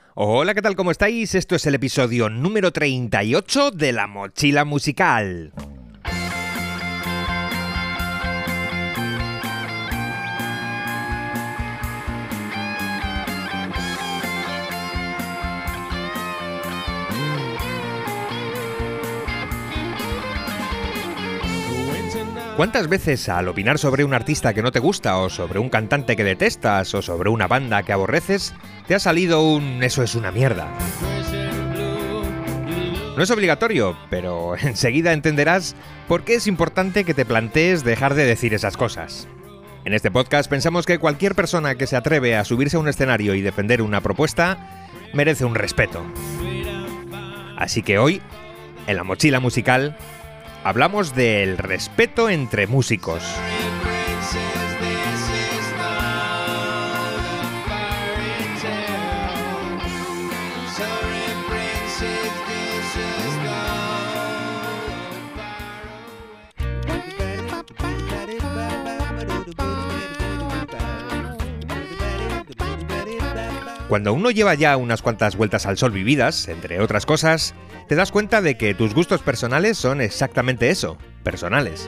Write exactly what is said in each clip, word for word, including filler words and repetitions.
Hola, ¿qué tal? ¿Cómo estáis? Esto es el episodio número treinta y ocho de La Mochila Musical. ¿Cuántas veces al opinar sobre un artista que no te gusta, o sobre un cantante que detestas, o sobre una banda que aborreces, te ha salido un "eso es una mierda"? No es obligatorio, pero enseguida entenderás por qué es importante que te plantees dejar de decir esas cosas. En este podcast pensamos que cualquier persona que se atreve a subirse a un escenario y defender una propuesta merece un respeto. Así que hoy, en La Mochila Musical, hablamos del respeto entre músicos. Cuando uno lleva ya unas cuantas vueltas al sol vividas, entre otras cosas, te das cuenta de que tus gustos personales son exactamente eso, personales.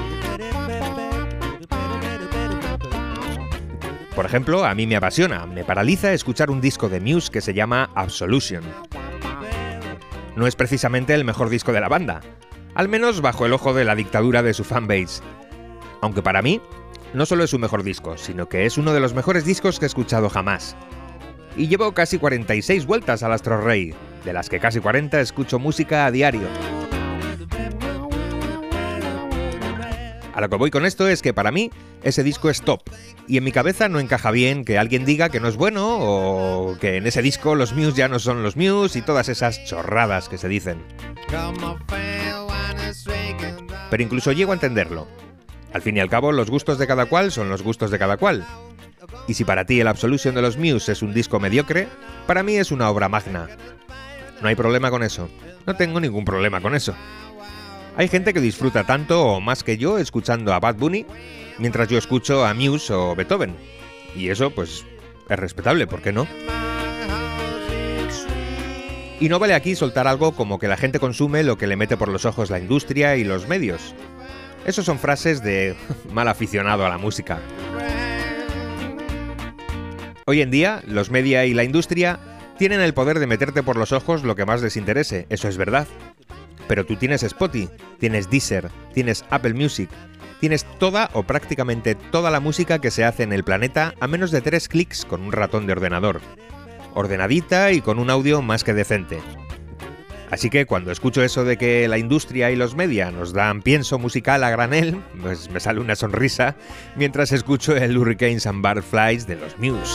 Por ejemplo, a mí me apasiona, me paraliza escuchar un disco de Muse que se llama Absolution. No es precisamente el mejor disco de la banda, al menos bajo el ojo de la dictadura de su fanbase. Aunque para mí, no solo es su mejor disco, sino que es uno de los mejores discos que he escuchado jamás. Y llevo casi cuarenta y seis vueltas al Astro Rey, de las que casi cuarenta escucho música a diario. A lo que voy con esto es que para mí ese disco es top, y en mi cabeza no encaja bien que alguien diga que no es bueno o que en ese disco los Muse ya no son los Muse y todas esas chorradas que se dicen. Pero incluso llego a entenderlo. Al fin y al cabo, los gustos de cada cual son los gustos de cada cual. Y si para ti el Absolution de los Muse es un disco mediocre, para mí es una obra magna. No hay problema con eso. No tengo ningún problema con eso. Hay gente que disfruta tanto o más que yo escuchando a Bad Bunny, mientras yo escucho a Muse o Beethoven. Y eso, pues, es respetable, ¿por qué no? Y no vale aquí soltar algo como que la gente consume lo que le mete por los ojos la industria y los medios. Eso son frases de mal aficionado a la música. Hoy en día, los media y la industria tienen el poder de meterte por los ojos lo que más les interese, eso es verdad. Pero tú tienes Spotify, tienes Deezer, tienes Apple Music, tienes toda o prácticamente toda la música que se hace en el planeta a menos de tres clics con un ratón de ordenador. Ordenadita y con un audio más que decente. Así que cuando escucho eso de que la industria y los media nos dan pienso musical a granel, pues me sale una sonrisa mientras escucho el Hurricanes and Butterflies de los Muse.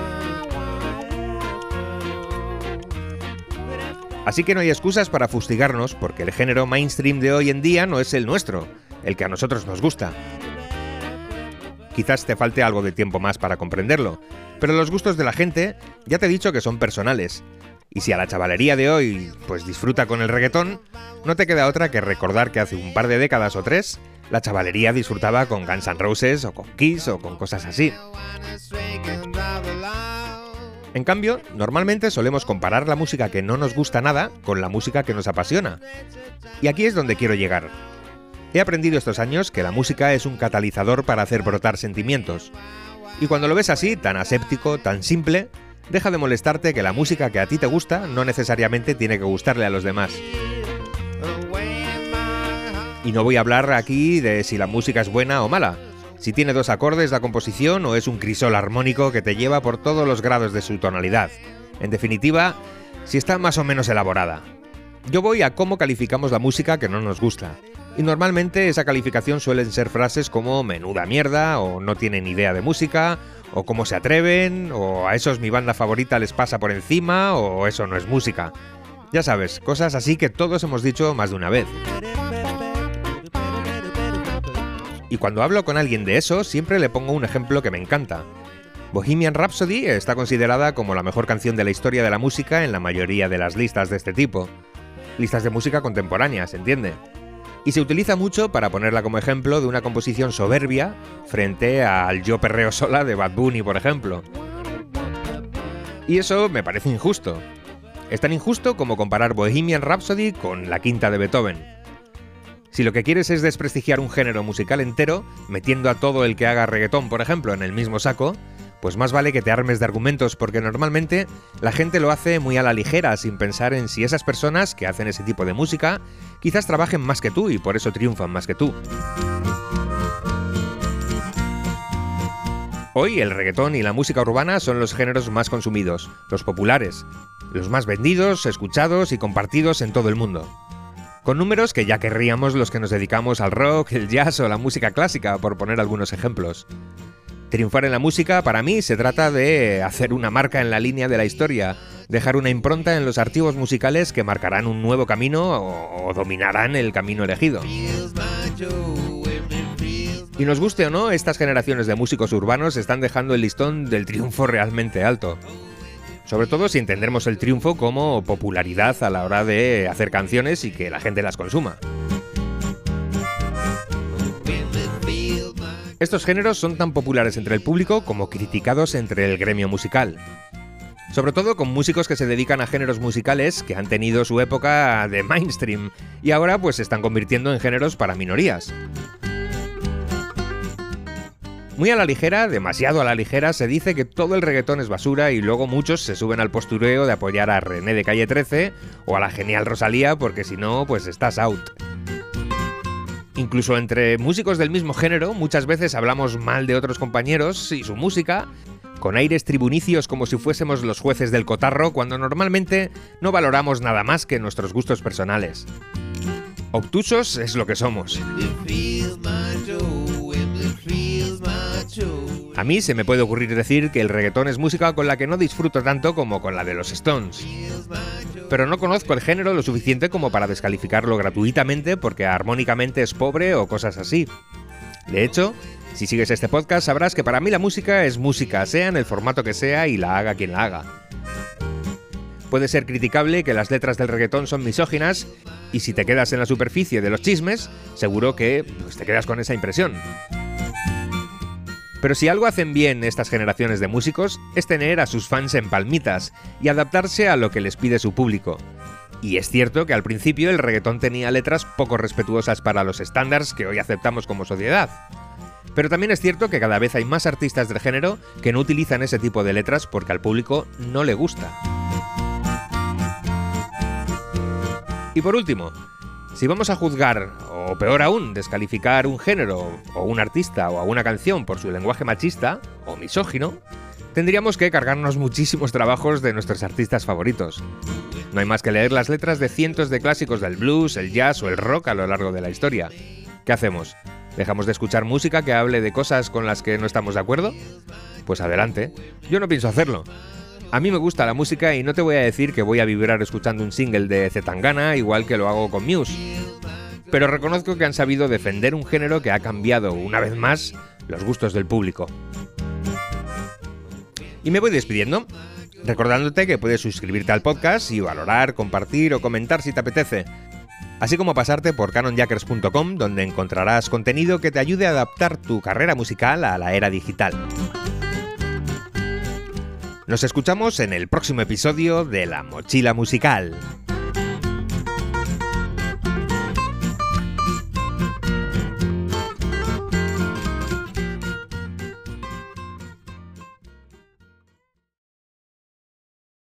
Así que no hay excusas para fustigarnos porque el género mainstream de hoy en día no es el nuestro, el que a nosotros nos gusta. Quizás te falte algo de tiempo más para comprenderlo, pero los gustos de la gente ya te he dicho que son personales. Y si a la chavalería de hoy pues disfruta con el reggaetón, no te queda otra que recordar que hace un par de décadas o tres, la chavalería disfrutaba con Guns N' Roses o con Kiss o con cosas así. En cambio, normalmente solemos comparar la música que no nos gusta nada con la música que nos apasiona. Y aquí es donde quiero llegar. He aprendido estos años que la música es un catalizador para hacer brotar sentimientos. Y cuando lo ves así, tan aséptico, tan simple, deja de molestarte que la música que a ti te gusta no necesariamente tiene que gustarle a los demás. Y no voy a hablar aquí de si la música es buena o mala, si tiene dos acordes la composición o es un crisol armónico que te lleva por todos los grados de su tonalidad. En definitiva, si está más o menos elaborada. Yo voy a cómo calificamos la música que no nos gusta. Y normalmente esa calificación suelen ser frases como menuda mierda, o no tienen idea de música, o cómo se atreven, o a esos mi banda favorita les pasa por encima, o eso no es música. Ya sabes, cosas así que todos hemos dicho más de una vez. Y cuando hablo con alguien de eso, siempre le pongo un ejemplo que me encanta. Bohemian Rhapsody está considerada como la mejor canción de la historia de la música en la mayoría de las listas de este tipo. Listas de música contemporánea, ¿se entiende? Y se utiliza mucho para ponerla como ejemplo de una composición soberbia frente al Yo perreo sola de Bad Bunny, por ejemplo. Y eso me parece injusto. Es tan injusto como comparar Bohemian Rhapsody con la quinta de Beethoven. Si lo que quieres es desprestigiar un género musical entero, metiendo a todo el que haga reggaetón, por ejemplo, en el mismo saco, pues más vale que te armes de argumentos, porque normalmente la gente lo hace muy a la ligera, sin pensar en si esas personas que hacen ese tipo de música quizás trabajen más que tú y por eso triunfan más que tú. Hoy el reggaetón y la música urbana son los géneros más consumidos, los populares, los más vendidos, escuchados y compartidos en todo el mundo. Con números que ya querríamos los que nos dedicamos al rock, el jazz o la música clásica, por poner algunos ejemplos. Triunfar en la música, para mí, se trata de hacer una marca en la línea de la historia, dejar una impronta en los archivos musicales que marcarán un nuevo camino o, o dominarán el camino elegido. Y nos guste o no, estas generaciones de músicos urbanos están dejando el listón del triunfo realmente alto. Sobre todo si entendemos el triunfo como popularidad a la hora de hacer canciones y que la gente las consuma. Estos géneros son tan populares entre el público como criticados entre el gremio musical. Sobre todo con músicos que se dedican a géneros musicales que han tenido su época de mainstream y ahora pues se están convirtiendo en géneros para minorías. Muy a la ligera, demasiado a la ligera, se dice que todo el reggaetón es basura y luego muchos se suben al postureo de apoyar a René de Calle trece o a la genial Rosalía porque si no, pues estás out. Incluso entre músicos del mismo género, muchas veces hablamos mal de otros compañeros y su música, con aires tribunicios como si fuésemos los jueces del cotarro, cuando normalmente no valoramos nada más que nuestros gustos personales. Obtusos es lo que somos. A mí se me puede ocurrir decir que el reggaetón es música con la que no disfruto tanto como con la de los Stones. Pero no conozco el género lo suficiente como para descalificarlo gratuitamente porque armónicamente es pobre o cosas así. De hecho, si sigues este podcast sabrás que para mí la música es música, sea en el formato que sea y la haga quien la haga. Puede ser criticable que las letras del reggaetón son misóginas y si te quedas en la superficie de los chismes, seguro que pues, te quedas con esa impresión. Pero si algo hacen bien estas generaciones de músicos es tener a sus fans en palmitas y adaptarse a lo que les pide su público. Y es cierto que al principio el reggaetón tenía letras poco respetuosas para los estándares que hoy aceptamos como sociedad. Pero también es cierto que cada vez hay más artistas del género que no utilizan ese tipo de letras porque al público no le gusta. Y por último, si vamos a juzgar, o peor aún, descalificar un género, o un artista, o a una canción por su lenguaje machista, o misógino, tendríamos que cargarnos muchísimos trabajos de nuestros artistas favoritos. No hay más que leer las letras de cientos de clásicos del blues, el jazz o el rock a lo largo de la historia. ¿Qué hacemos? ¿Dejamos de escuchar música que hable de cosas con las que no estamos de acuerdo? Pues adelante. Yo no pienso hacerlo. A mí me gusta la música y no te voy a decir que voy a vibrar escuchando un single de Zetangana igual que lo hago con Muse. Pero reconozco que han sabido defender un género que ha cambiado, una vez más, los gustos del público. Y me voy despidiendo, recordándote que puedes suscribirte al podcast y valorar, compartir o comentar si te apetece. Así como pasarte por canon jackers punto com, donde encontrarás contenido que te ayude a adaptar tu carrera musical a la era digital. Nos escuchamos en el próximo episodio de La Mochila Musical.